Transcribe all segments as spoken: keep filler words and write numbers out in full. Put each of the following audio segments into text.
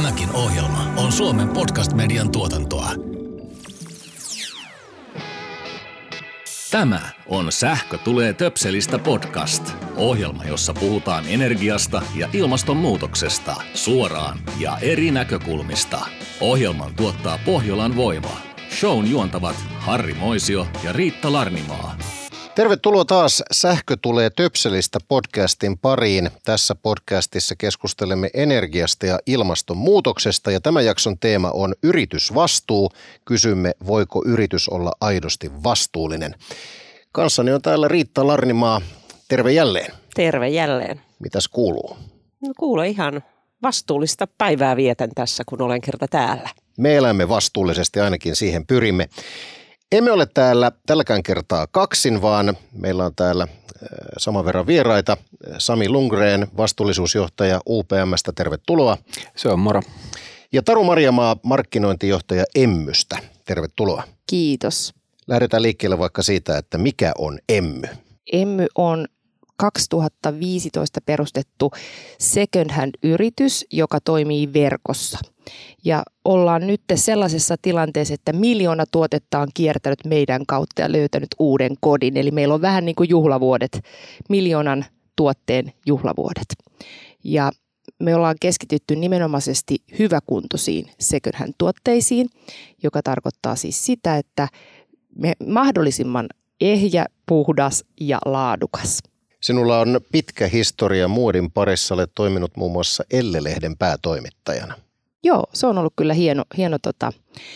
Tämäkin ohjelma on Suomen podcast-median tuotantoa. Tämä on Sähkö tulee töpselistä podcast. Ohjelma, jossa puhutaan energiasta ja ilmastonmuutoksesta suoraan ja eri näkökulmista. Ohjelman tuottaa Pohjolan Voima. Shown juontavat Harri Moisio ja Riitta Larnimaa. Tervetuloa taas Sähkö tulee töpselistä podcastin pariin. Tässä podcastissa keskustelemme energiasta ja ilmastonmuutoksesta ja tämän jakson teema on yritysvastuu. Kysymme, voiko yritys olla aidosti vastuullinen. Kanssani on täällä Riitta Larnimaa. Terve jälleen. Terve jälleen. Mitäs kuuluu? No kuule, ihan vastuullista päivää vietän tässä, kun olen kerta täällä. Me elämme vastuullisesti, ainakin siihen pyrimme. Emme ole täällä tälläkään kertaa kaksin, vaan meillä on täällä saman verran vieraita. Sami Lundgren, vastuullisuusjohtaja U P M:stä, tervetuloa. Se on moro. Ja Taru Marjamaa, markkinointijohtaja Emmystä, tervetuloa. Kiitos. Lähdetään liikkeelle vaikka siitä, että mikä on Emmy? Emmy on kaksituhattaviisitoista perustettu second hand yritys, joka toimii verkossa. Ja ollaan nyt sellaisessa tilanteessa, että miljoona tuotetta on kiertänyt meidän kautta ja löytänyt uuden kodin. Eli meillä on vähän niin kuin juhlavuodet, miljoonan tuotteen juhlavuodet. Ja me ollaan keskitytty nimenomaisesti hyväkuntoisiin second hand tuotteisiin, joka tarkoittaa siis sitä, että me mahdollisimman ehjä, puhdas ja laadukas. Sinulla on pitkä historia muodin parissa, olet toiminut muun muassa Elle-lehden päätoimittajana. Joo, se on ollut kyllä hieno, hieno tota,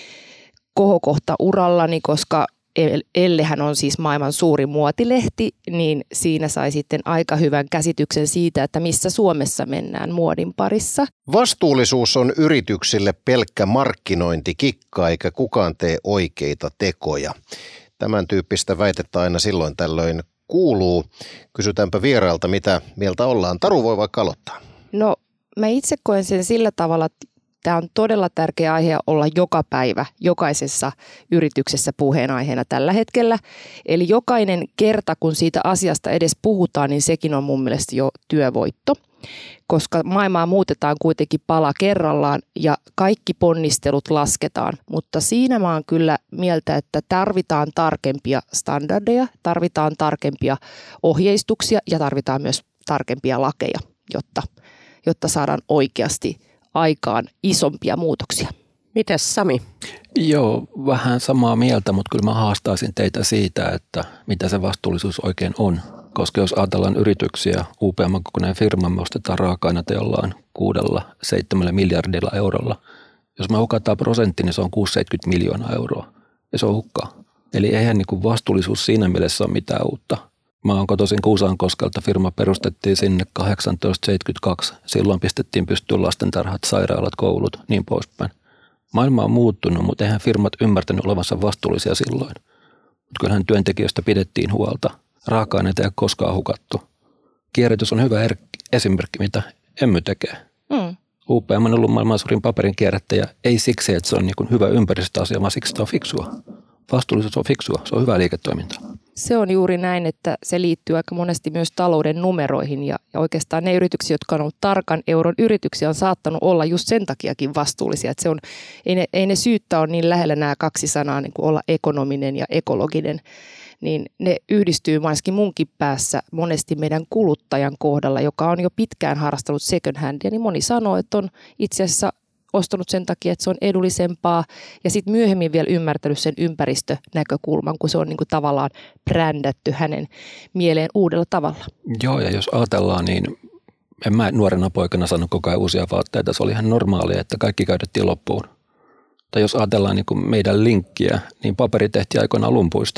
kohokohta urallani, koska Ellehän on siis maailman suuri muotilehti, niin siinä sai sitten aika hyvän käsityksen siitä, että missä Suomessa mennään muodin parissa. Vastuullisuus on yrityksille pelkkä markkinointikikka, eikä kukaan tee oikeita tekoja. Tämän tyyppistä väitettä aina silloin tällöin kuuluu. Kysytäänpä vierailta, mitä mieltä ollaan. Taru voi vaikka aloittaa. No, mä itse koen sen sillä tavalla, että tämä on todella tärkeä aihe olla joka päivä, jokaisessa yrityksessä puheenaiheena tällä hetkellä. Eli jokainen kerta, kun siitä asiasta edes puhutaan, niin sekin on mun mielestä jo työvoitto. Koska maailmaa muutetaan kuitenkin pala kerrallaan ja kaikki ponnistelut lasketaan. Mutta siinä mä oon kyllä mieltä, että tarvitaan tarkempia standardeja, tarvitaan tarkempia ohjeistuksia ja tarvitaan myös tarkempia lakeja, jotta, jotta saadaan oikeasti aikaan isompia muutoksia. Mites Sami? Joo, vähän samaa mieltä, mutta kyllä mä haastaisin teitä siitä, että mitä se vastuullisuus oikein on. Koska jos ajatellaan yrityksiä, U P M-kokoinen firma, me ostetaan raaka-aineita jollain kuudella, seitsemällä miljardilla eurolla. Jos me hukataan prosentti, niin se on kuusi seitsemänkymmentä miljoonaa euroa. Ja se on hukkaa. Eli eihän niin kuin vastuullisuus siinä mielessä ole mitään uutta. Mä oon kotoisin Kuusankoskelta, firma perustettiin sinne tuhatyhdeksänsataaseitsemänkymmentäkaksi. Silloin pistettiin pystyyn lastentarhat, sairaalat, koulut, niin poispäin. Maailma on muuttunut, mutta eihän firmat ymmärtänyt olevansa vastuullisia silloin. Mutta kyllähän työntekijöistä pidettiin huolta. Raaka-aineita ei ole koskaan hukattu. Kierrätys on hyvä er- esimerkki, mitä Emmy tekee. Mm. U P M on ollut maailman suurin paperin kierrättäjä, ei siksi, että se on niin kuin hyvä ympäristöasia, vaan siksi, että se on fiksua. Vastuullisuus on fiksua, se on hyvää liiketoimintaa. Se on juuri näin, että se liittyy aika monesti myös talouden numeroihin ja, ja oikeastaan ne yritykset, jotka on ollut tarkan euron yrityksiä, on saattanut olla just sen takiakin vastuullisia. Että se on, ei, ne, ei ne syyttä ole niin lähellä nämä kaksi sanaa, niin kuin olla ekonominen ja ekologinen, niin ne yhdistyy ainakin munkin päässä monesti meidän kuluttajan kohdalla, joka on jo pitkään harrastanut second handia, niin moni sanoo, että on itse asiassa ostanut sen takia, että se on edullisempaa ja sitten myöhemmin vielä ymmärtänyt sen ympäristönäkökulman, kun se on niin kuin tavallaan brändätty hänen mieleen uudella tavalla. Joo, ja jos ajatellaan, niin en mä nuorena poikana saanut koko ajan uusia vaatteita. Se oli ihan normaalia, että kaikki käytettiin loppuun. Tai jos ajatellaan niin kuin meidän linkkiä, niin paperi tehtiin aikoinaan lumpuista.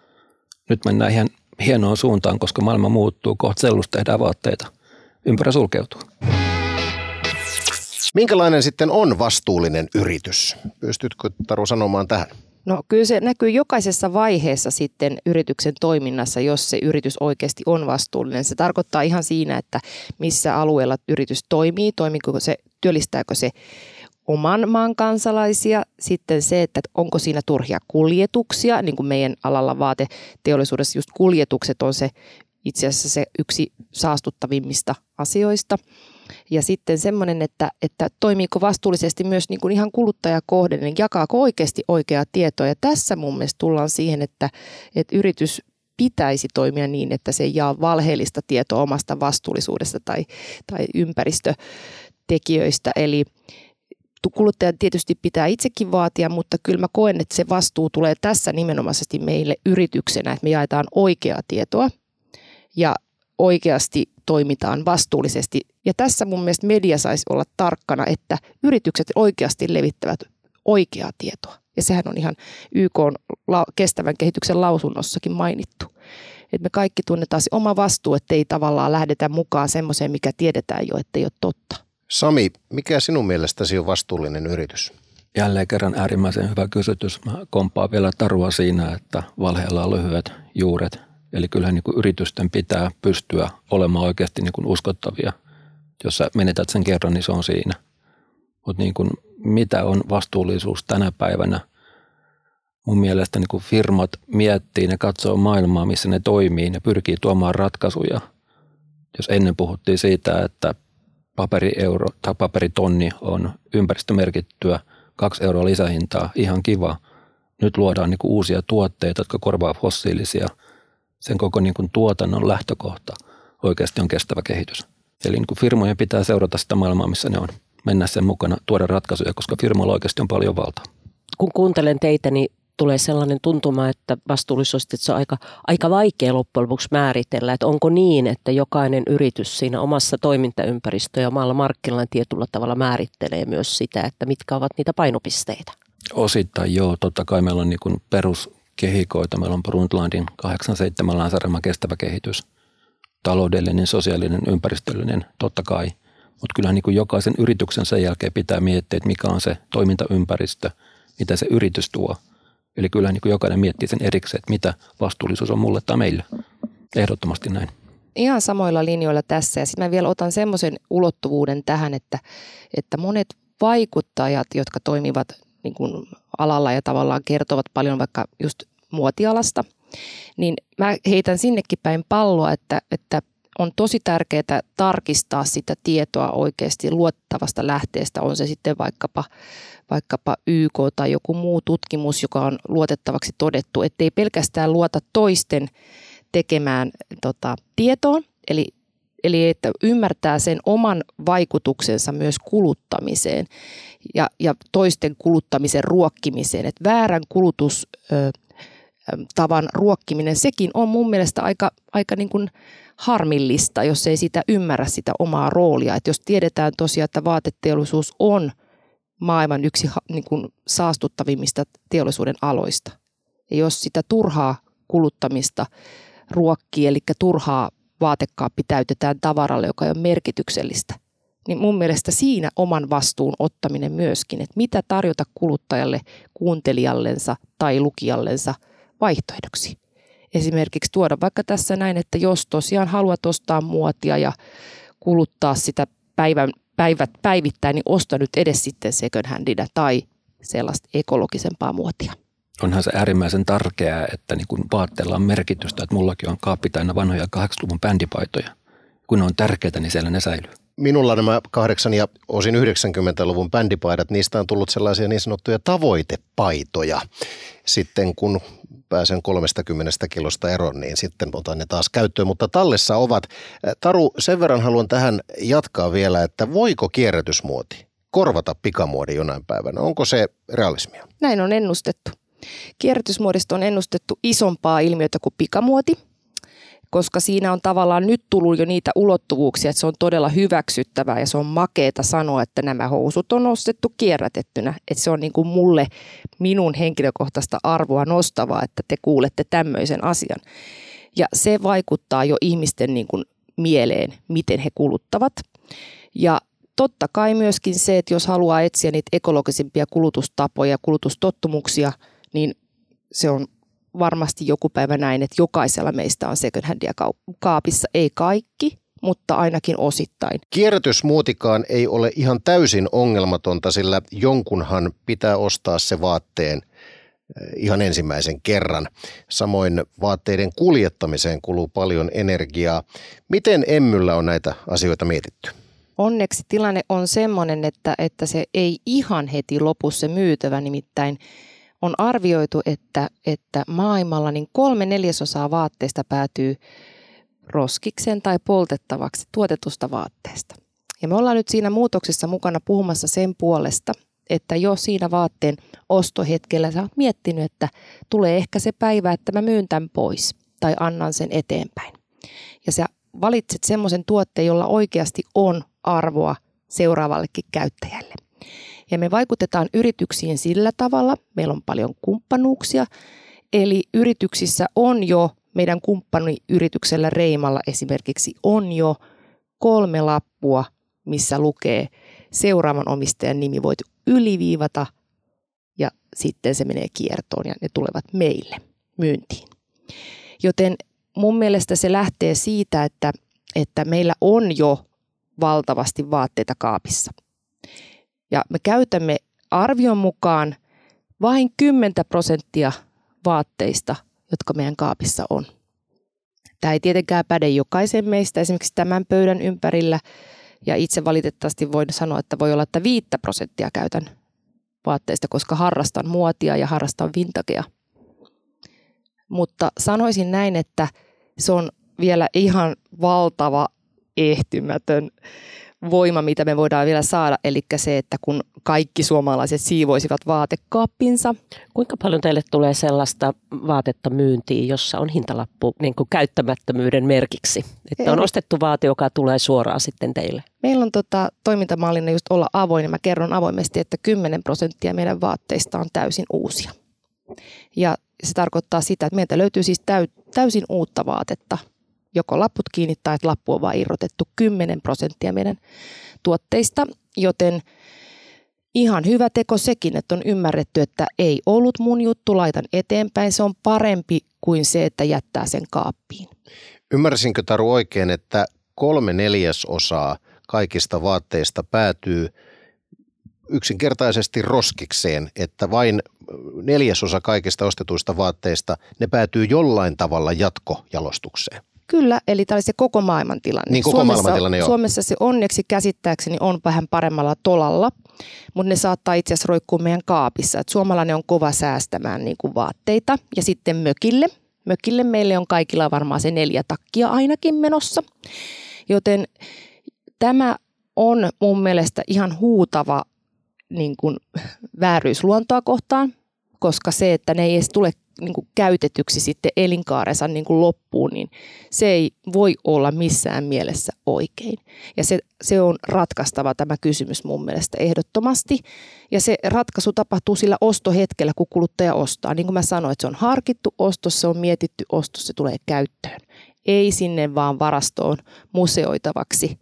Nyt mennään ihan hienoon suuntaan, koska maailma muuttuu. Kohta sellusta tehdään vaatteita. Ympärä sulkeutuu. Minkälainen sitten on vastuullinen yritys? Pystytkö, Taru, sanomaan tähän? No kyllä se näkyy jokaisessa vaiheessa sitten yrityksen toiminnassa, jos se yritys oikeasti on vastuullinen. Se tarkoittaa ihan siinä, että missä alueella yritys toimii, toimiiko se, työllistääkö se oman maan kansalaisia. Sitten se, että onko siinä turhia kuljetuksia, niin kuin meidän alalla vaateteollisuudessa just kuljetukset on se itse asiassa se yksi saastuttavimmista asioista. Ja sitten semmoinen, että, että toimiiko vastuullisesti myös niin kuin ihan kuluttajakohden, niin jakaako oikeasti oikeaa tietoa. Ja tässä mun mielestä tullaan siihen, että, että yritys pitäisi toimia niin, että se ei jaa valheellista tietoa omasta vastuullisuudesta tai, tai ympäristötekijöistä. Eli kuluttajan tietysti pitää itsekin vaatia, mutta kyllä mä koen, että se vastuu tulee tässä nimenomaisesti meille yrityksenä, että me jaetaan oikeaa tietoa ja oikeasti toimitaan vastuullisesti. Ja tässä mun mielestä media saisi olla tarkkana, että yritykset oikeasti levittävät oikeaa tietoa. Ja sehän on ihan Y K:n kestävän kehityksen lausunnossakin mainittu. Että me kaikki tunnetaan se oma vastuu, ettei tavallaan lähdetä mukaan semmoiseen, mikä tiedetään jo, ettei ole totta. Sami, mikä sinun mielestäsi on vastuullinen yritys? Jälleen kerran äärimmäisen hyvä kysymys. Mä kompaan vielä Tarua siinä, että valheella on lyhyet juuret. Eli kyllähän niin kuin yritysten pitää pystyä olemaan oikeasti niin kuin uskottavia. Jos sä menetät sen kerran, niin se on siinä. Mutta niin kuin mitä on vastuullisuus tänä päivänä? Mun mielestä niin kuin firmat miettii, ne katsoo maailmaa, missä ne toimii, ne pyrkii tuomaan ratkaisuja. Jos ennen puhuttiin siitä, että paperieuro tai paperitonni on ympäristömerkittyä, kaksi euroa lisähintaa, ihan kiva. Nyt luodaan niin kuin uusia tuotteita, jotka korvaa fossiilisia. Sen koko niin kuin tuotannon lähtökohta oikeasti on kestävä kehitys. Eli niin kuin firmojen pitää seurata sitä maailmaa, missä ne on. Mennä sen mukana, tuoda ratkaisuja, koska firmalla oikeasti on paljon valtaa. Kun kuuntelen teitä, niin tulee sellainen tuntuma, että vastuullisuus että se on aika, aika vaikea loppujen lopuksi määritellä. Että onko niin, että jokainen yritys siinä omassa toimintaympäristö ja omalla markkinoilla tietyllä tavalla määrittelee myös sitä, että mitkä ovat niitä painopisteitä? Osittain joo. Totta kai meillä on niin kuin peruskehikoita. Meillä on Brundtlandin kahdeksankymmentäseitsemän lainsäädännön kestävä kehitys. Taloudellinen, sosiaalinen, ympäristöllinen, totta kai. Mutta kyllähän niin kuin jokaisen yrityksen sen jälkeen pitää miettiä, että mikä on se toimintaympäristö, mitä se yritys tuo. Eli kyllähän niin kuin jokainen miettii sen erikseen, että mitä vastuullisuus on mulle tai meille. Ehdottomasti näin. Ihan samoilla linjoilla tässä. Ja sitten mä vielä otan semmoisen ulottuvuuden tähän, että, että monet vaikuttajat, jotka toimivat niin kuin alalla ja tavallaan kertovat paljon vaikka just muotialasta, niin mä heitän sinnekin päin palloa, että, että on tosi tärkeää tarkistaa sitä tietoa oikeasti luotettavasta lähteestä, on se sitten vaikkapa, vaikkapa Y K tai joku muu tutkimus, joka on luotettavaksi todettu, ettei pelkästään luota toisten tekemään tota, tietoon, eli, eli että ymmärtää sen oman vaikutuksensa myös kuluttamiseen ja, ja toisten kuluttamisen ruokkimiseen, että väärän kulutus ö, tavan ruokkiminen, sekin on mun mielestä aika, aika niin kuin harmillista, jos ei sitä ymmärrä sitä omaa roolia. Että jos tiedetään tosiaan, että vaateteollisuus on maailman yksi niin kuin saastuttavimmista teollisuuden aloista. Ja jos sitä turhaa kuluttamista ruokkii, eli turhaa vaatekaappi täytetään tavaralle, joka ei ole merkityksellistä, niin mun mielestä siinä oman vastuun ottaminen myöskin, että mitä tarjota kuluttajalle, kuuntelijallensa tai lukijallensa vaihtoehdoksi. Esimerkiksi tuoda vaikka tässä näin, että jos tosiaan haluat ostaa muotia ja kuluttaa sitä päivän, päivät, päivittäin, niin osta nyt edes sitten second handina tai sellaista ekologisempaa muotia. Onhan se äärimmäisen tärkeää, että niin kun vaatteella on merkitystä, että mullakin on kaappi täynnä vanhoja kahdeksankymmentäluvun bändipaitoja. Kun ne on tärkeitä, niin siellä ne säilyy. Minulla nämä kahdeksan- ja osin yhdeksänkymmentäluvun bändipaidat, niistä on tullut sellaisia niin sanottuja tavoitepaitoja. Sitten kun pääsen kolmekymmentä kilosta eroon, niin sitten otan ne taas käyttöön. Mutta tallessa ovat. Taru, sen verran haluan tähän jatkaa vielä, että voiko kierrätysmuoti korvata pikamuodin jonain päivänä? Onko se realismia? Näin on ennustettu. Kierrätysmuodista on ennustettu isompaa ilmiötä kuin pikamuoti, koska siinä on tavallaan nyt tullut jo niitä ulottuvuuksia, että se on todella hyväksyttävää ja se on makeeta sanoa, että nämä housut on ostettu kierrätettynä. Että se on niin kuin mulle minun henkilökohtaista arvoa nostavaa, että te kuulette tämmöisen asian. Ja se vaikuttaa jo ihmisten niin kuin mieleen, miten he kuluttavat. Ja totta kai myöskin se, että jos haluaa etsiä niitä ekologisimpia kulutustapoja ja kulutustottumuksia, niin se on varmasti joku päivä näin, että jokaisella meistä on second handia kaapissa. Ei kaikki, mutta ainakin osittain. Kierrätysmuotikaan ei ole ihan täysin ongelmatonta, sillä jonkunhan pitää ostaa se vaatteen ihan ensimmäisen kerran. Samoin vaatteiden kuljettamiseen kuluu paljon energiaa. Miten Emmyllä on näitä asioita mietitty? Onneksi tilanne on semmoinen, että, että se ei ihan heti lopu se myytävä, nimittäin on arvioitu, että, että maailmalla niin kolme neljäsosaa vaatteista päätyy roskikseen tai poltettavaksi tuotetusta vaatteesta. Ja me ollaan nyt siinä muutoksessa mukana puhumassa sen puolesta, että jo siinä vaatteen ostohetkellä sä oot miettinyt, että tulee ehkä se päivä, että mä myyn tämän pois tai annan sen eteenpäin. Ja sä valitset semmoisen tuotteen, jolla oikeasti on arvoa seuraavallekin käyttäjälle. Ja me vaikutetaan yrityksiin sillä tavalla, meillä on paljon kumppanuuksia, eli yrityksissä on jo, meidän kumppaniyrityksellä Reimalla esimerkiksi on jo kolme lappua, missä lukee seuraavan omistajan nimi, voit yliviivata ja sitten se menee kiertoon ja ne tulevat meille myyntiin. Joten mun mielestä se lähtee siitä, että, että meillä on jo valtavasti vaatteita kaapissa. Ja me käytämme arvion mukaan vain kymmenen prosenttia vaatteista, jotka meidän kaapissa on. Tämä ei tietenkään päde jokaisen meistä, esimerkiksi tämän pöydän ympärillä. Ja itse valitettavasti voin sanoa, että voi olla, että viittä prosenttia käytän vaatteista, koska harrastan muotia ja harrastan vintagea. Mutta sanoisin näin, että se on vielä ihan valtava ehtymätön voima, mitä me voidaan vielä saada. Eli se, että kun kaikki suomalaiset siivoisivat vaatekaappinsa. Kuinka paljon teille tulee sellaista vaatetta myyntiin, jossa on hintalappu niin kuin käyttämättömyyden merkiksi? Että on ostettu vaate, joka tulee suoraan sitten teille. Meillä on tota, toimintamallina just olla avoin, ja mä kerron avoimesti, että kymmenen prosenttia meidän vaatteista on täysin uusia. Ja se tarkoittaa sitä, että meiltä löytyy siis täysin uutta vaatetta. Joko lapput kiinni tai että lappu on vaan irrotettu kymmenen prosenttia meidän tuotteista, joten ihan hyvä teko sekin, että on ymmärretty, että ei ollut mun juttu, laitan eteenpäin. Se on parempi kuin se, että jättää sen kaappiin. Ymmärsinkö Taru oikein, että kolme neljäsosaa kaikista vaatteista päätyy yksinkertaisesti roskikseen, että vain neljäsosa kaikista ostetuista vaatteista, ne päätyy jollain tavalla jatkojalostukseen? Kyllä, eli tämä oli se koko maailman tilanne. Niin, koko Suomessa, maailman tilanne, joo. Suomessa se onneksi käsittääkseni on vähän paremmalla tolalla, mutta ne saattaa itse asiassa roikkua meidän kaapissa. Et suomalainen on kova säästämään niin kuin vaatteita ja sitten mökille. Mökille meille on kaikilla varmaan se neljä takkia ainakin menossa, joten tämä on mun mielestä ihan huutava niin kuin vääryys luontoa kohtaan, koska se, että ne ei edes tule niin kuin käytetyksi sitten elinkaarensa niin kuin loppuun, niin se ei voi olla missään mielessä oikein. Ja se, se on ratkaistava tämä kysymys mun mielestä ehdottomasti. Ja se ratkaisu tapahtuu sillä ostohetkellä, kun kuluttaja ostaa. Niin kuin mä sanoin, että se on harkittu ostos, se on mietitty ostos, se tulee käyttöön. Ei sinne vaan varastoon museoitavaksi.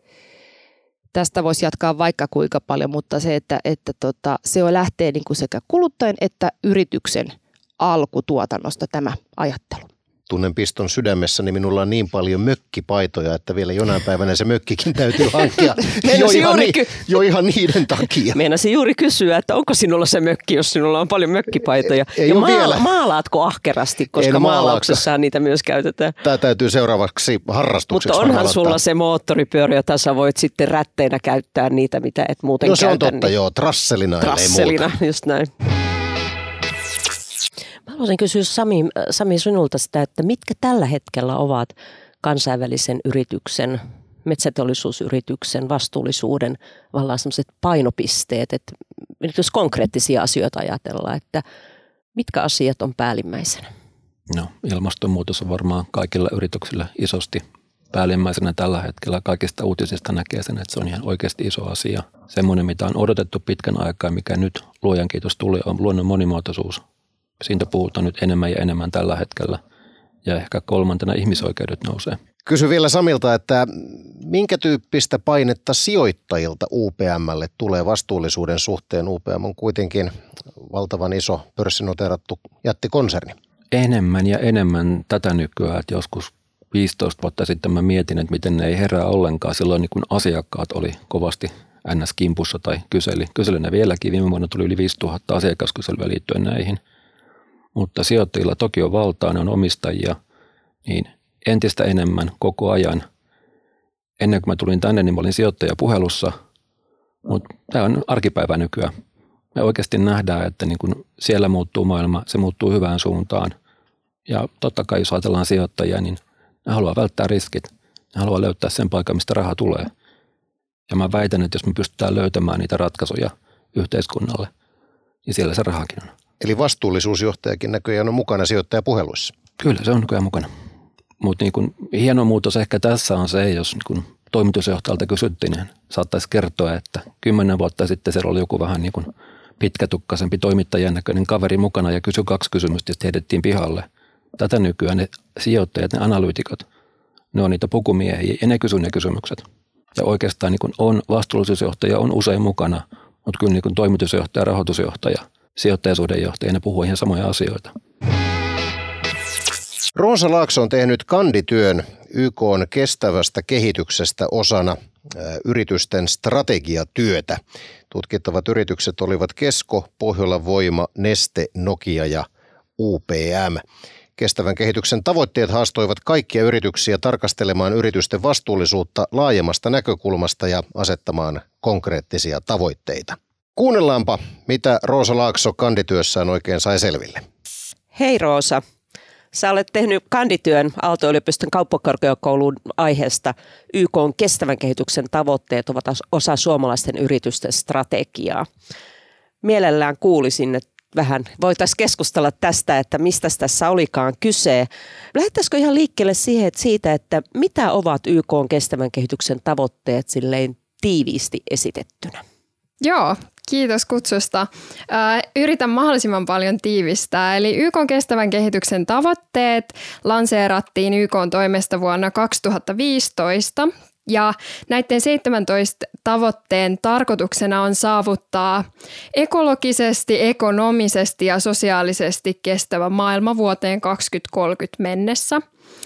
Tästä voisi jatkaa vaikka kuinka paljon, mutta se, että, että tota, se lähtee niin kuin sekä kuluttajan että yrityksen alkutuotannosta tämä ajattelu. Tunnen piston sydämessäni, minulla on niin paljon mökkipaitoja, että vielä jonain päivänä se mökkikin täytyy hankkia jo, ihan ni, ky- jo ihan niiden takia. Meinasin juuri kysyä, että onko sinulla se mökki, jos sinulla on paljon mökkipaitoja. Ei, ei ja maala- vielä. Maalaatko ahkerasti, koska maalauksessa niitä myös käytetään. Tämä täytyy seuraavaksi harrastukseksi. Mutta onhan sulla se moottoripyörä, jota sä voit sitten rätteinä käyttää niitä, mitä et muuten no, se käytä. on totta, niin joo. Trasselina, Trasselina, ei muuta. just näin. Mä haluaisin kysyä Sami, Sami sinulta sitä, että mitkä tällä hetkellä ovat kansainvälisen yrityksen, metsäteollisuusyrityksen vastuullisuuden vallan sellaiset painopisteet, että nyt jos konkreettisia asioita ajatellaan, että mitkä asiat on päällimmäisenä? No, ilmastonmuutos on varmaan kaikilla yrityksillä isosti päällimmäisenä tällä hetkellä. Kaikista uutisista näkee sen, että se on ihan oikeasti iso asia. Semmoinen, mitä on odotettu pitkän aikaa, mikä nyt luojan kiitos tuli, on luonnon monimuotoisuus. Siitä puhutaan nyt enemmän ja enemmän tällä hetkellä. Ja ehkä kolmantena ihmisoikeudet nousee. Kysy vielä Samilta, että minkä tyyppistä painetta sijoittajilta U P M:lle tulee vastuullisuuden suhteen? U P M on kuitenkin valtavan iso pörssinoteerattu jättikonserni. Enemmän ja enemmän tätä nykyään, että joskus viisitoista vuotta sitten mä mietin, että miten ne ei herää ollenkaan. Silloin niin kun asiakkaat oli kovasti N S-kimpussa tai kyseli. Kyseli ne vieläkin. Viime vuonna tuli yli viisituhatta asiakaskyselyä liittyen näihin. mutta sijoittajilla toki on valtaa, ne on omistajia, niin entistä enemmän koko ajan. Ennen kuin mä tulin tänne, niin mä olin sijoittajapuhelussa, mutta tämä on arkipäivä nykyään. Me oikeasti nähdään, että niin kun siellä muuttuu maailma, se muuttuu hyvään suuntaan. Ja totta kai, jos ajatellaan sijoittajia, niin ne haluaa välttää riskit. Ne haluaa löytää sen paikan, mistä raha tulee. Ja mä väitän, että jos me pystytään löytämään niitä ratkaisuja yhteiskunnalle, niin siellä se rahakin on. Eli vastuullisuusjohtajakin näköjään on mukana sijoittajapuheluissa. Kyllä, se on nykyään mukana. Mutta niin hieno muutos ehkä tässä on se, jos niin toimitusjohtajalta kysyttiin, niin saattaisi kertoa, että kymmenen vuotta sitten siellä oli joku vähän niin kuin pitkätukkaisempi toimittajan näköinen kaveri mukana ja kysyi kaksi kysymystä, ja heitettiin pihalle. Tätä nykyään ne sijoittajat, ne analyytikot, ne on niitä pukumiehiä ja ne kysyy ne kysymykset. Ja oikeastaan niin on vastuullisuusjohtaja on usein mukana, mutta kyllä niin toimitusjohtaja, rahoitusjohtaja, sijoittajasuhdejohtaja, ne puhuu ihan samoja asioita. Roosa Laakso on tehnyt kandityön Y K:n kestävästä kehityksestä osana yritysten strategiatyötä. Tutkittavat yritykset olivat Kesko, Pohjolan Voima, Neste, Nokia ja U P M. Kestävän kehityksen tavoitteet haastoivat kaikkia yrityksiä tarkastelemaan yritysten vastuullisuutta laajemmasta näkökulmasta ja asettamaan konkreettisia tavoitteita. Kuunnellaanpa, mitä Roosa Laakso kandityössään oikein sai selville. Hei Roosa. Sä olet tehnyt kandityön Aalto-yliopiston kauppakorkeakoulun aiheesta Y K:n kestävän kehityksen tavoitteet ovat osa suomalaisten yritysten strategiaa. Mielellään kuulisin, että vähän voitaisiin keskustella tästä, että mistä tässä olikaan kyse. Lähdettäisikö ihan liikkeelle siihen, että siitä, että mitä ovat Y K:n kestävän kehityksen tavoitteet silleen tiiviisti esitettynä? Joo, kiitos kutsusta. Yritän mahdollisimman paljon tiivistää. Eli Y K:n kestävän kehityksen tavoitteet lanseerattiin Y K:n toimesta vuonna kaksituhattaviisitoista. Ja näiden seitsemäntoista tavoitteen tarkoituksena on saavuttaa ekologisesti, ekonomisesti ja sosiaalisesti kestävä maailma vuoteen kaksituhattakolmekymmentä mennessä.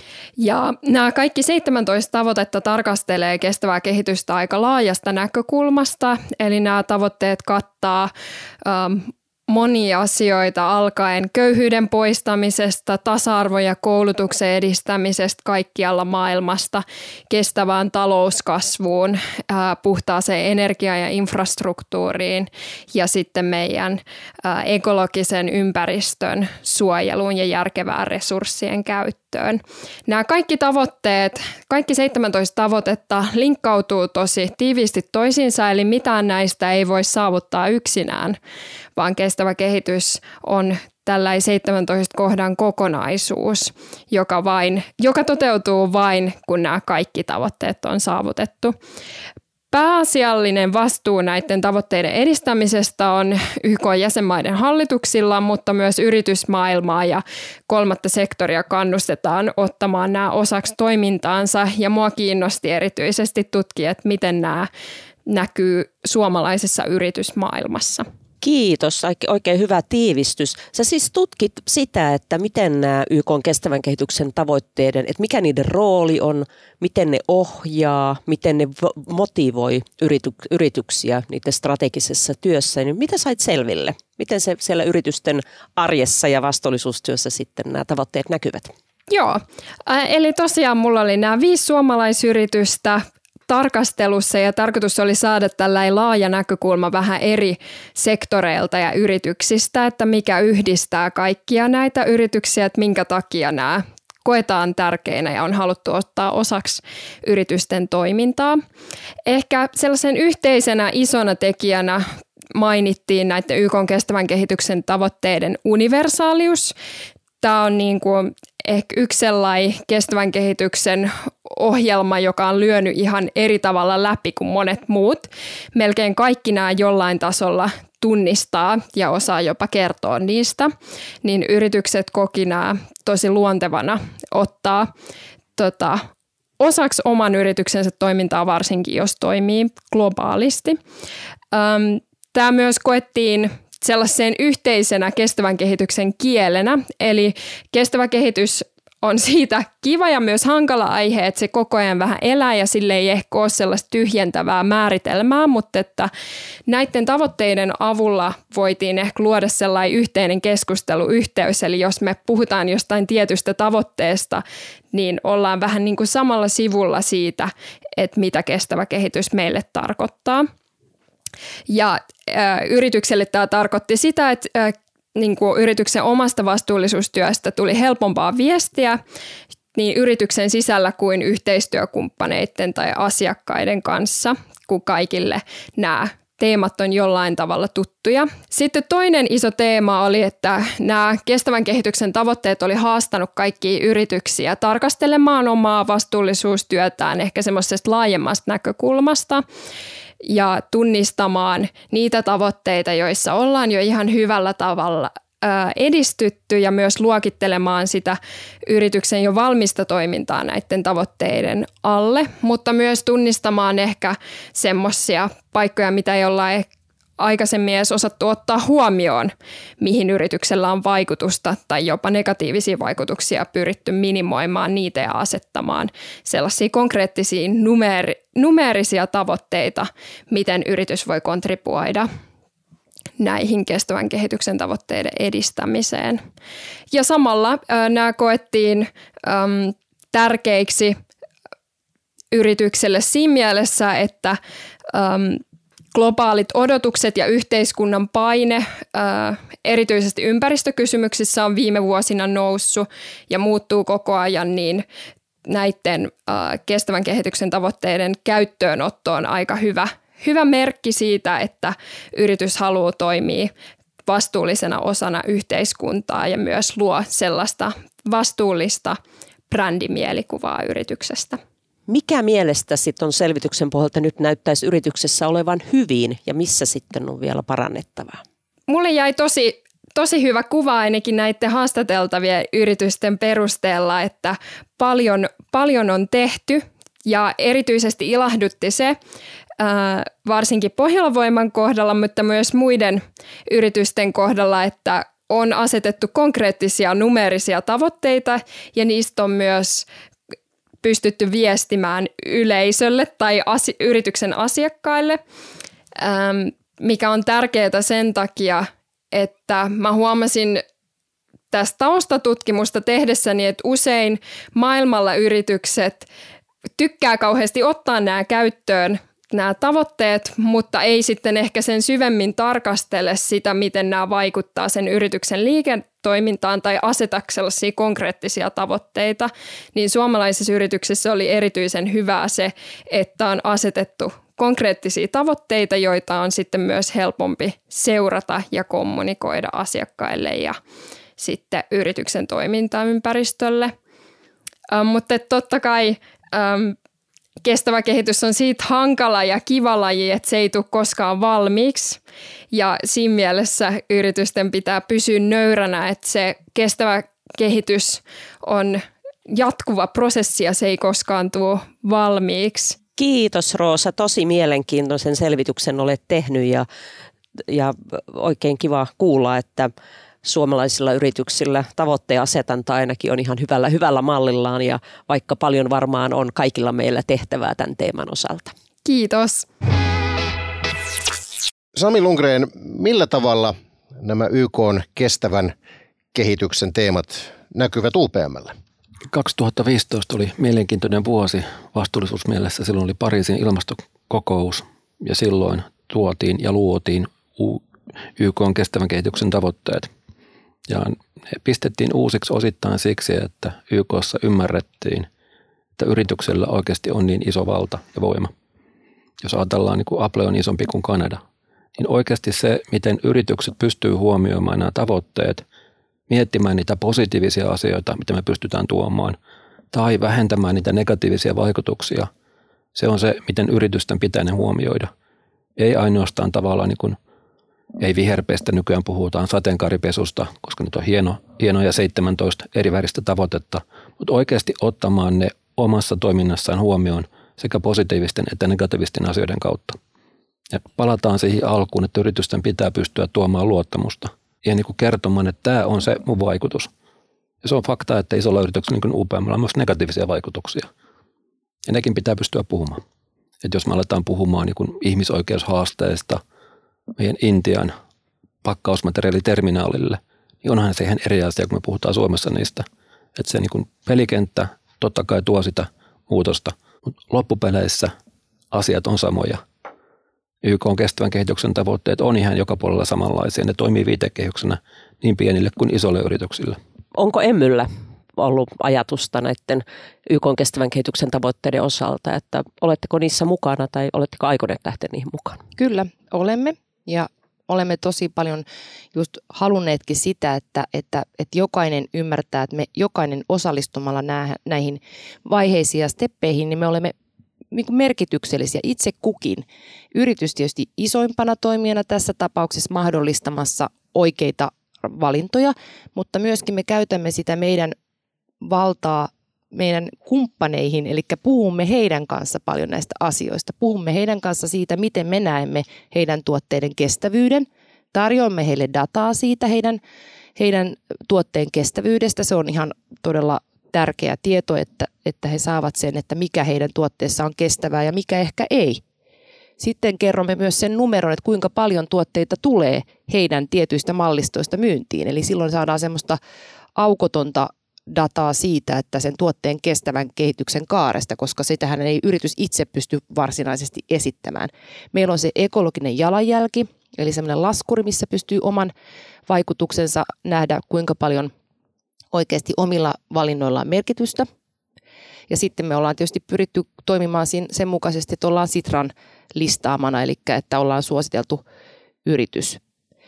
Ja nämä kaikki seitsemäntoista tavoitetta tarkastelee kestävää kehitystä aika laajasta näkökulmasta, eli nämä tavoitteet kattaa ähm, monia asioita alkaen köyhyyden poistamisesta, tasa-arvon ja koulutuksen edistämisestä kaikkialla maailmasta, kestävään talouskasvuun, ää, puhtaaseen energiaan ja infrastruktuuriin ja sitten meidän ää, ekologisen ympäristön suojeluun ja järkevään resurssien käyttöön. Nämä kaikki tavoitteet, kaikki seitsemäntoista tavoitetta linkkautuu tosi tiiviisti toisiinsa, eli mitään näistä ei voi saavuttaa yksinään, vaan kestävä kehitys on tällainen seitsemäntoista kohdan kokonaisuus, joka, vain, joka toteutuu vain, kun nämä kaikki tavoitteet on saavutettu. Pääasiallinen vastuu näiden tavoitteiden edistämisestä on Y K:n jäsenmaiden hallituksilla, mutta myös yritysmaailmaa ja kolmatta sektoria kannustetaan ottamaan nämä osaksi toimintaansa. Ja mua kiinnosti erityisesti tutkia, että miten nämä näkyy suomalaisessa yritysmaailmassa. Kiitos, oikein hyvä tiivistys. Sä siis tutkit sitä, että miten nämä Y K:n kestävän kehityksen tavoitteiden, että mikä niiden rooli on, miten ne ohjaa, miten ne motivoi yrity- yrityksiä niiden strategisessa työssä. Niin mitä sait selville? Miten se siellä yritysten arjessa ja vastuullisuustyössä sitten nämä tavoitteet näkyvät? Joo, eli tosiaan mulla oli nämä viisi suomalaisyritystä tarkastelussa ja tarkoitus oli saada tällainen laaja näkökulma vähän eri sektoreilta ja yrityksistä, että mikä yhdistää kaikkia näitä yrityksiä, että minkä takia nämä koetaan tärkeinä ja on haluttu ottaa osaksi yritysten toimintaa. Ehkä sellaisen yhteisenä isona tekijänä mainittiin näiden Y K:n kestävän kehityksen tavoitteiden universaalius. Tämä on niin kuin ehkä yksi sellainen kestävän kehityksen ohjelma, joka on lyönyt ihan eri tavalla läpi kuin monet muut. Melkein kaikki nämä jollain tasolla tunnistaa ja osaa jopa kertoa niistä, niin yritykset koki nämä tosi luontevana ottaa tota, osaksi oman yrityksensä toimintaa, varsinkin jos toimii globaalisti. Öm, tämä myös koettiin sellaiseen yhteisenä kestävän kehityksen kielenä, eli kestävä kehitys on siitä kiva ja myös hankala aihe, että se koko ajan vähän elää ja sille ei ehkä ole sellaista tyhjentävää määritelmää, mutta että näiden tavoitteiden avulla voitiin ehkä luoda sellainen yhteinen keskusteluyhteys, eli jos me puhutaan jostain tietystä tavoitteesta, niin ollaan vähän niin kuin samalla sivulla siitä, että mitä kestävä kehitys meille tarkoittaa. Ja ä, yritykselle tämä tarkoitti sitä, että ä, niin kuin yrityksen omasta vastuullisuustyöstä tuli helpompaa viestiä niin yrityksen sisällä kuin yhteistyökumppaneiden tai asiakkaiden kanssa, kun kaikille nämä teemat on jollain tavalla tuttuja. Sitten toinen iso teema oli, että nämä kestävän kehityksen tavoitteet oli haastanut kaikkia yrityksiä tarkastelemaan omaa vastuullisuustyötään ehkä semmoisesta laajemmasta näkökulmasta ja tunnistamaan niitä tavoitteita, joissa ollaan jo ihan hyvällä tavalla edistytty ja myös luokittelemaan sitä yrityksen jo valmista toimintaa näiden tavoitteiden alle, mutta myös tunnistamaan ehkä semmoisia paikkoja, mitä ei olla aikaisemmin edes osattu ottaa huomioon, mihin yrityksellä on vaikutusta tai jopa negatiivisia vaikutuksia pyritty minimoimaan niitä ja asettamaan sellaisia konkreettisia numeeri- numeerisia tavoitteita, miten yritys voi kontribuoida näihin kestävän kehityksen tavoitteiden edistämiseen. Ja samalla äh, nämä koettiin ähm, tärkeiksi yritykselle siinä mielessä, että ähm, globaalit odotukset ja yhteiskunnan paine äh, erityisesti ympäristökysymyksissä on viime vuosina noussut ja muuttuu koko ajan, niin näiden äh, kestävän kehityksen tavoitteiden käyttöönotto on aika hyvä Hyvä merkki siitä, että yritys haluaa toimia vastuullisena osana yhteiskuntaa ja myös luo sellaista vastuullista brändimielikuvaa yrityksestä. Mikä mielestäsi on selvityksen pohjalta nyt näyttäisi yrityksessä olevan hyvin ja missä sitten on vielä parannettavaa? Mulle jäi tosi, tosi hyvä kuva ainakin näiden haastateltavien yritysten perusteella, että paljon, paljon on tehty ja erityisesti ilahdutti se, varsinkin Pohjola-Voiman kohdalla, mutta myös muiden yritysten kohdalla, että on asetettu konkreettisia numeerisia tavoitteita ja niistä on myös pystytty viestimään yleisölle tai asi- yrityksen asiakkaille, mikä on tärkeää sen takia, että mä huomasin tästä taustatutkimusta tehdessäni, että usein maailmalla yritykset tykkää kauheasti ottaa nämä käyttöön, nämä tavoitteet, mutta ei sitten ehkä sen syvemmin tarkastele sitä, miten nämä vaikuttaa sen yrityksen liiketoimintaan tai aseta sellaisia konkreettisia tavoitteita, niin suomalaisissa yrityksissä oli erityisen hyvää se, että on asetettu konkreettisia tavoitteita, joita on sitten myös helpompi seurata ja kommunikoida asiakkaille ja sitten yrityksen toimintaympäristölle. Ähm, mutta totta kai ähm, kestävä kehitys on siitä hankala ja kiva laji, että se ei tule koskaan valmiiksi ja siinä mielessä yritysten pitää pysyä nöyränä, että se kestävä kehitys on jatkuva prosessi ja se ei koskaan tule valmiiksi. Kiitos Roosa, tosi mielenkiintoisen selvityksen olet tehnyt ja, ja oikein kiva kuulla, että suomalaisilla yrityksillä tavoitteen asetanta ainakin on ihan hyvällä, hyvällä mallillaan ja vaikka paljon varmaan on kaikilla meillä tehtävää tämän teeman osalta. Kiitos. Sami Lundgren, millä tavalla nämä Y K:n kestävän kehityksen teemat näkyvät U P M:llä? kaksituhattaviisitoista oli mielenkiintoinen vuosi vastuullisuusmielessä. Silloin oli Pariisin ilmastokokous ja silloin tuotiin ja luotiin Y K:n kestävän kehityksen tavoitteet. Ja ne pistettiin uusiksi osittain siksi, että Y K:ssa ymmärrettiin, että yrityksellä oikeasti on niin iso valta ja voima. Jos ajatellaan, niin kuin Apple on isompi kuin Kanada, niin oikeasti se, miten yritykset pystyy huomioimaan nämä tavoitteet, miettimään niitä positiivisia asioita, mitä me pystytään tuomaan, tai vähentämään niitä negatiivisia vaikutuksia, se on se, miten yritysten pitää ne huomioida. Ei ainoastaan tavallaan, niin kuin, ei viherpestä nykyään puhutaan sateenkaaripesusta, koska nyt on hieno, hienoja seitsemäntoista eri väristä tavoitetta, mutta oikeasti ottamaan ne omassa toiminnassaan huomioon sekä positiivisten että negatiivisten asioiden kautta. Ja palataan siihen alkuun, että yritysten pitää pystyä tuomaan luottamusta ja niin kuin kertomaan, että tämä on se mun vaikutus. Ja se on fakta, että isolla yrityksellä niin kuin U P M:llä on myös negatiivisia vaikutuksia. Ja nekin pitää pystyä puhumaan. Että jos me aletaan puhumaan niin kuin ihmisoikeushaasteista meidän Intian pakkausmateriaaliterminaalille, niin onhan se ihan eri asia, kun me puhutaan Suomessa niistä. Että se niin kuin pelikenttä totta kai tuo sitä muutosta, mutta loppupeleissä asiat on samoja. Y K:n kestävän kehityksen tavoitteet on ihan joka puolella samanlaisia. Ne toimii viitekehyksenä niin pienille kuin isolle yrityksille. Onko Emyllä ollut ajatusta näiden Y K:n kestävän kehityksen tavoitteiden osalta, että oletteko niissä mukana tai oletteko aikoneet lähteä niihin mukaan? Kyllä, olemme ja olemme tosi paljon just halunneetkin sitä, että, että, että jokainen ymmärtää, että me jokainen osallistumalla näihin vaiheisiin ja steppeihin, niin me olemme merkityksellisiä itse kukin. Yritys tietysti isoimpana toimijana tässä tapauksessa mahdollistamassa oikeita valintoja, mutta myöskin me käytämme sitä meidän valtaa meidän kumppaneihin, eli puhumme heidän kanssa paljon näistä asioista. Puhumme heidän kanssa siitä, miten me näemme heidän tuotteiden kestävyyden. Tarjoamme heille dataa siitä heidän, heidän tuotteen kestävyydestä. Se on ihan todella tärkeä tieto, että, että he saavat sen, että mikä heidän tuotteessa on kestävää ja mikä ehkä ei. Sitten kerromme myös sen numeron, että kuinka paljon tuotteita tulee heidän tietyistä mallistoista myyntiin. Eli silloin saadaan semmoista aukotonta dataa siitä, että sen tuotteen kestävän kehityksen kaaresta, koska sitähän ei yritys itse pysty varsinaisesti esittämään. Meillä on se ekologinen jalanjälki, eli semmoinen laskuri, missä pystyy oman vaikutuksensa nähdä, kuinka paljon oikeasti omilla valinnoillaan merkitystä. Ja sitten me ollaan tietysti pyritty toimimaan sen mukaisesti, että ollaan Sitran listaamana, eli että ollaan suositeltu yritys.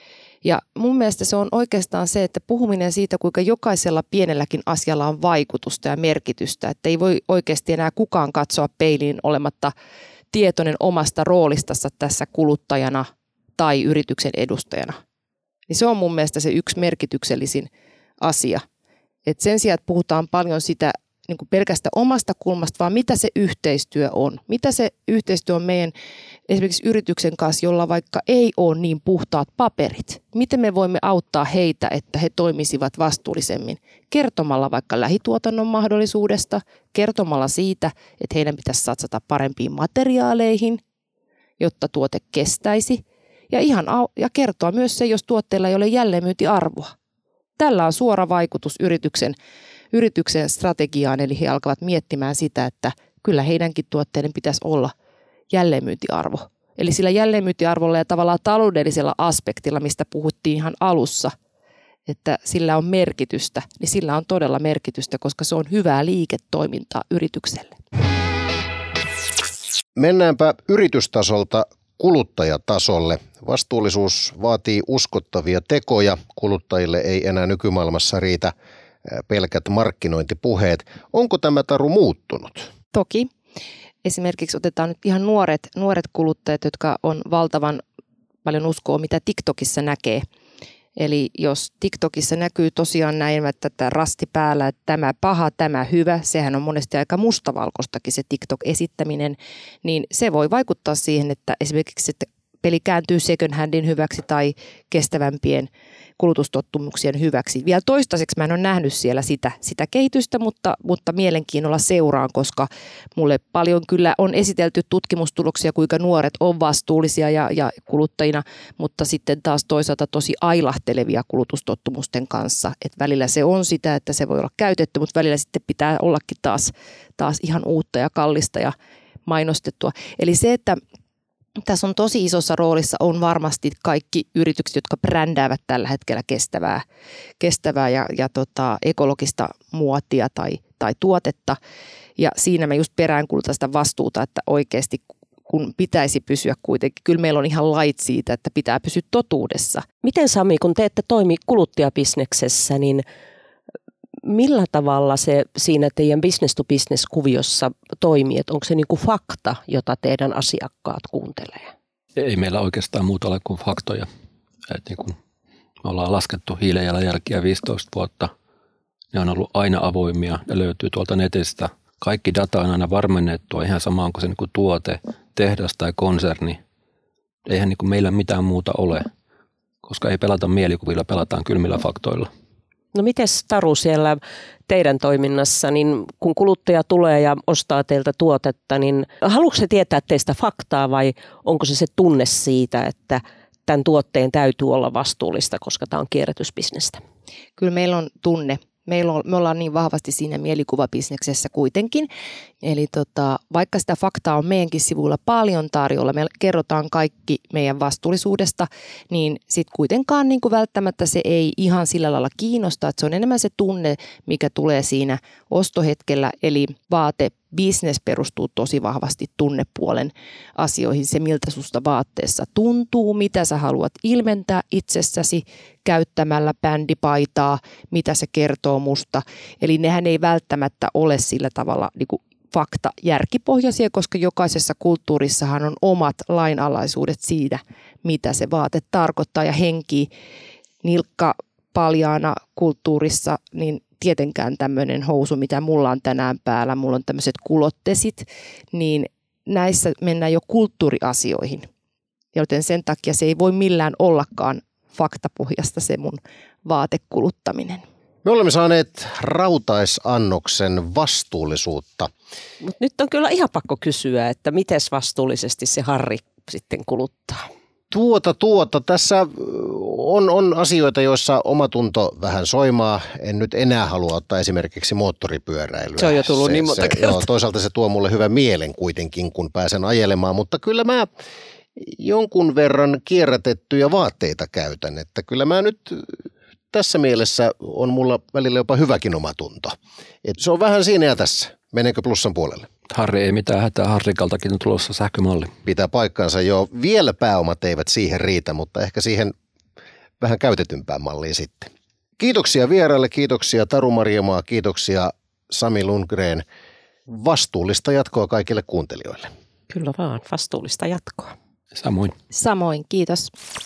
Ja mun mielestä se on oikeastaan se, että puhuminen siitä, kuinka jokaisella pienelläkin asialla on vaikutusta ja merkitystä, että ei voi oikeasti enää kukaan katsoa peiliin olematta tietoinen omasta roolistassa tässä kuluttajana tai yrityksen edustajana. Niin se on mun mielestä se yksi merkityksellisin asia. Et sen sijaan, että puhutaan paljon sitä niin kuin pelkästä omasta kulmasta, vaan mitä se yhteistyö on. Mitä se yhteistyö on meidän esimerkiksi yrityksen kanssa, jolla vaikka ei ole niin puhtaat paperit. Miten me voimme auttaa heitä, että he toimisivat vastuullisemmin? Kertomalla vaikka lähituotannon mahdollisuudesta, kertomalla siitä, että heidän pitäisi satsata parempiin materiaaleihin, jotta tuote kestäisi. Ja, ihan, ja kertoa myös se, jos tuotteella ei ole jälleenmyyntiarvoa. Tällä on suora vaikutus yrityksen yrityksen strategiaan, eli he alkavat miettimään sitä, että kyllä heidänkin tuotteiden pitäisi olla jälleenmyyntiarvo. Eli sillä jälleenmyyntiarvolla ja tavallaan taloudellisella aspektilla, mistä puhuttiin ihan alussa, että sillä on merkitystä, niin sillä on todella merkitystä, koska se on hyvää liiketoimintaa yritykselle. Mennäänpä yritystasolta kuluttajatasolle. Vastuullisuus vaatii uskottavia tekoja. Kuluttajille ei enää nykymaailmassa riitä pelkät markkinointipuheet. Onko tämä taru muuttunut? Toki. Esimerkiksi otetaan nyt ihan nuoret, nuoret kuluttajat, jotka on valtavan paljon uskoa, mitä TikTokissa näkee. Eli jos TikTokissa näkyy tosiaan näin, että tämä rasti päällä, että tämä paha, tämä hyvä, sehän on monesti aika mustavalkoistakin se TikTok-esittäminen, niin se voi vaikuttaa siihen, että esimerkiksi että peli kääntyy second handin hyväksi tai kestävämpien kulutustottumuksien hyväksi. Vielä toistaiseksi mä en ole nähnyt siellä sitä, sitä kehitystä, mutta, mutta mielenkiinnolla seuraan, koska mulle paljon kyllä on esitelty tutkimustuloksia, kuinka nuoret on vastuullisia ja, ja kuluttajina, mutta sitten taas toisaalta tosi ailahtelevia kulutustottumusten kanssa. Et välillä se on sitä, että se voi olla käytetty, mutta välillä sitten pitää ollakin taas, taas ihan uutta ja kallista ja mainostettua. Eli se, että tässä on tosi isossa roolissa on varmasti kaikki yritykset, jotka brändäävät tällä hetkellä kestävää, kestävää ja, ja tota, ekologista muotia tai, tai tuotetta. Ja siinä mä just peräänkuulutan sitä vastuuta, että oikeasti kun pitäisi pysyä kuitenkin. Kyllä meillä on ihan lait siitä, että pitää pysyä totuudessa. Miten Sami, kun te ette toimi kuluttajabisneksessä, niin millä tavalla se siinä teidän business-to-business-kuviossa toimii? Että onko se niin kuin fakta, jota teidän asiakkaat kuuntelee? Ei meillä oikeastaan muuta ole kuin faktoja. Et niin kuin me ollaan laskettu hiilenjalanjälkiä viisitoista vuotta. Ne on ollut aina avoimia ja löytyy tuolta netistä. Kaikki data on aina varmennettua, ihan sama onko se niin kuin tuote, tehdas tai konserni. Eihän niin kuin meillä mitään muuta ole, koska ei pelata mielikuvilla, pelataan kylmillä faktoilla. No mites Taru siellä teidän toiminnassa, niin kun kuluttaja tulee ja ostaa teiltä tuotetta, niin haluatko se tietää teistä faktaa vai onko se se tunne siitä, että tämän tuotteen täytyy olla vastuullista, koska tämä on kierrätysbisnestä? Kyllä meillä on tunne. Meillä on, me ollaan niin vahvasti siinä mielikuvabisneksessä kuitenkin. Eli tota, vaikka sitä faktaa on meidänkin sivuilla paljon tarjolla, me kerrotaan kaikki meidän vastuullisuudesta, niin sitten kuitenkaan niin kuin välttämättä se ei ihan sillä lailla kiinnosta, että se on enemmän se tunne, mikä tulee siinä ostohetkellä, eli vaate. Business perustuu tosi vahvasti tunnepuolen asioihin, se miltä susta vaatteessa tuntuu, mitä sä haluat ilmentää itsessäsi käyttämällä bändipaitaa, mitä se kertoo musta. Eli nehän ei välttämättä ole sillä tavalla niin kuin fakta järkipohjaisia, koska jokaisessa kulttuurissahan on omat lainalaisuudet siitä, mitä se vaate tarkoittaa ja henki nilkka paljaana kulttuurissa, niin tietenkään tämmöinen housu, mitä mulla on tänään päällä, mulla on tämmöiset kulottesit, niin näissä mennään jo kulttuuriasioihin. Joten sen takia se ei voi millään ollakaan faktapohjasta se mun vaatekuluttaminen. Me olemme saaneet rautaisannoksen vastuullisuutta. Mut nyt on kyllä ihan pakko kysyä, että miten vastuullisesti se Harri sitten kuluttaa. Tuota, tuota. Tässä on, on asioita, joissa omatunto vähän soimaa. En nyt enää halua ottaa esimerkiksi moottoripyöräilyä. Se on jo tullut se, niin monta se, kertaa. joo, toisaalta se tuo mulle hyvän mielen kuitenkin, kun pääsen ajelemaan, mutta kyllä mä jonkun verran kierrätettyjä vaatteita käytän. Että kyllä mä nyt tässä mielessä on mulla välillä jopa hyväkin omatunto. Et se on vähän siinä ja tässä. Meneekö plussan puolelle? Harri ei mitään hätää, Harrikaltakin on tulossa sähkömalli. Pitää paikkaansa jo. Vielä pääomat eivät siihen riitä, mutta ehkä siihen vähän käytetympään malliin sitten. Kiitoksia vieraille, kiitoksia Taru Marjamaa, kiitoksia Sami Lundgren. Vastuullista jatkoa kaikille kuuntelijoille. Kyllä vaan, vastuullista jatkoa. Samoin. Samoin, kiitos.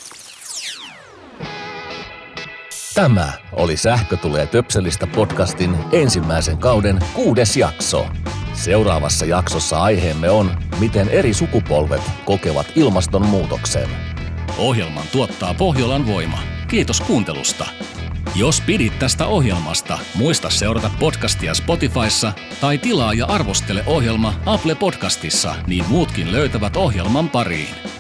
Tämä oli Sähkö tulee töpselistä podcastin ensimmäisen kauden kuudes jakso. Seuraavassa jaksossa aiheemme on, miten eri sukupolvet kokevat ilmastonmuutoksen. Ohjelman tuottaa Pohjolan Voima. Kiitos kuuntelusta. Jos pidit tästä ohjelmasta, muista seurata podcastia Spotifyssa tai tilaa ja arvostele ohjelma Apple Podcastissa, niin muutkin löytävät ohjelman pariin.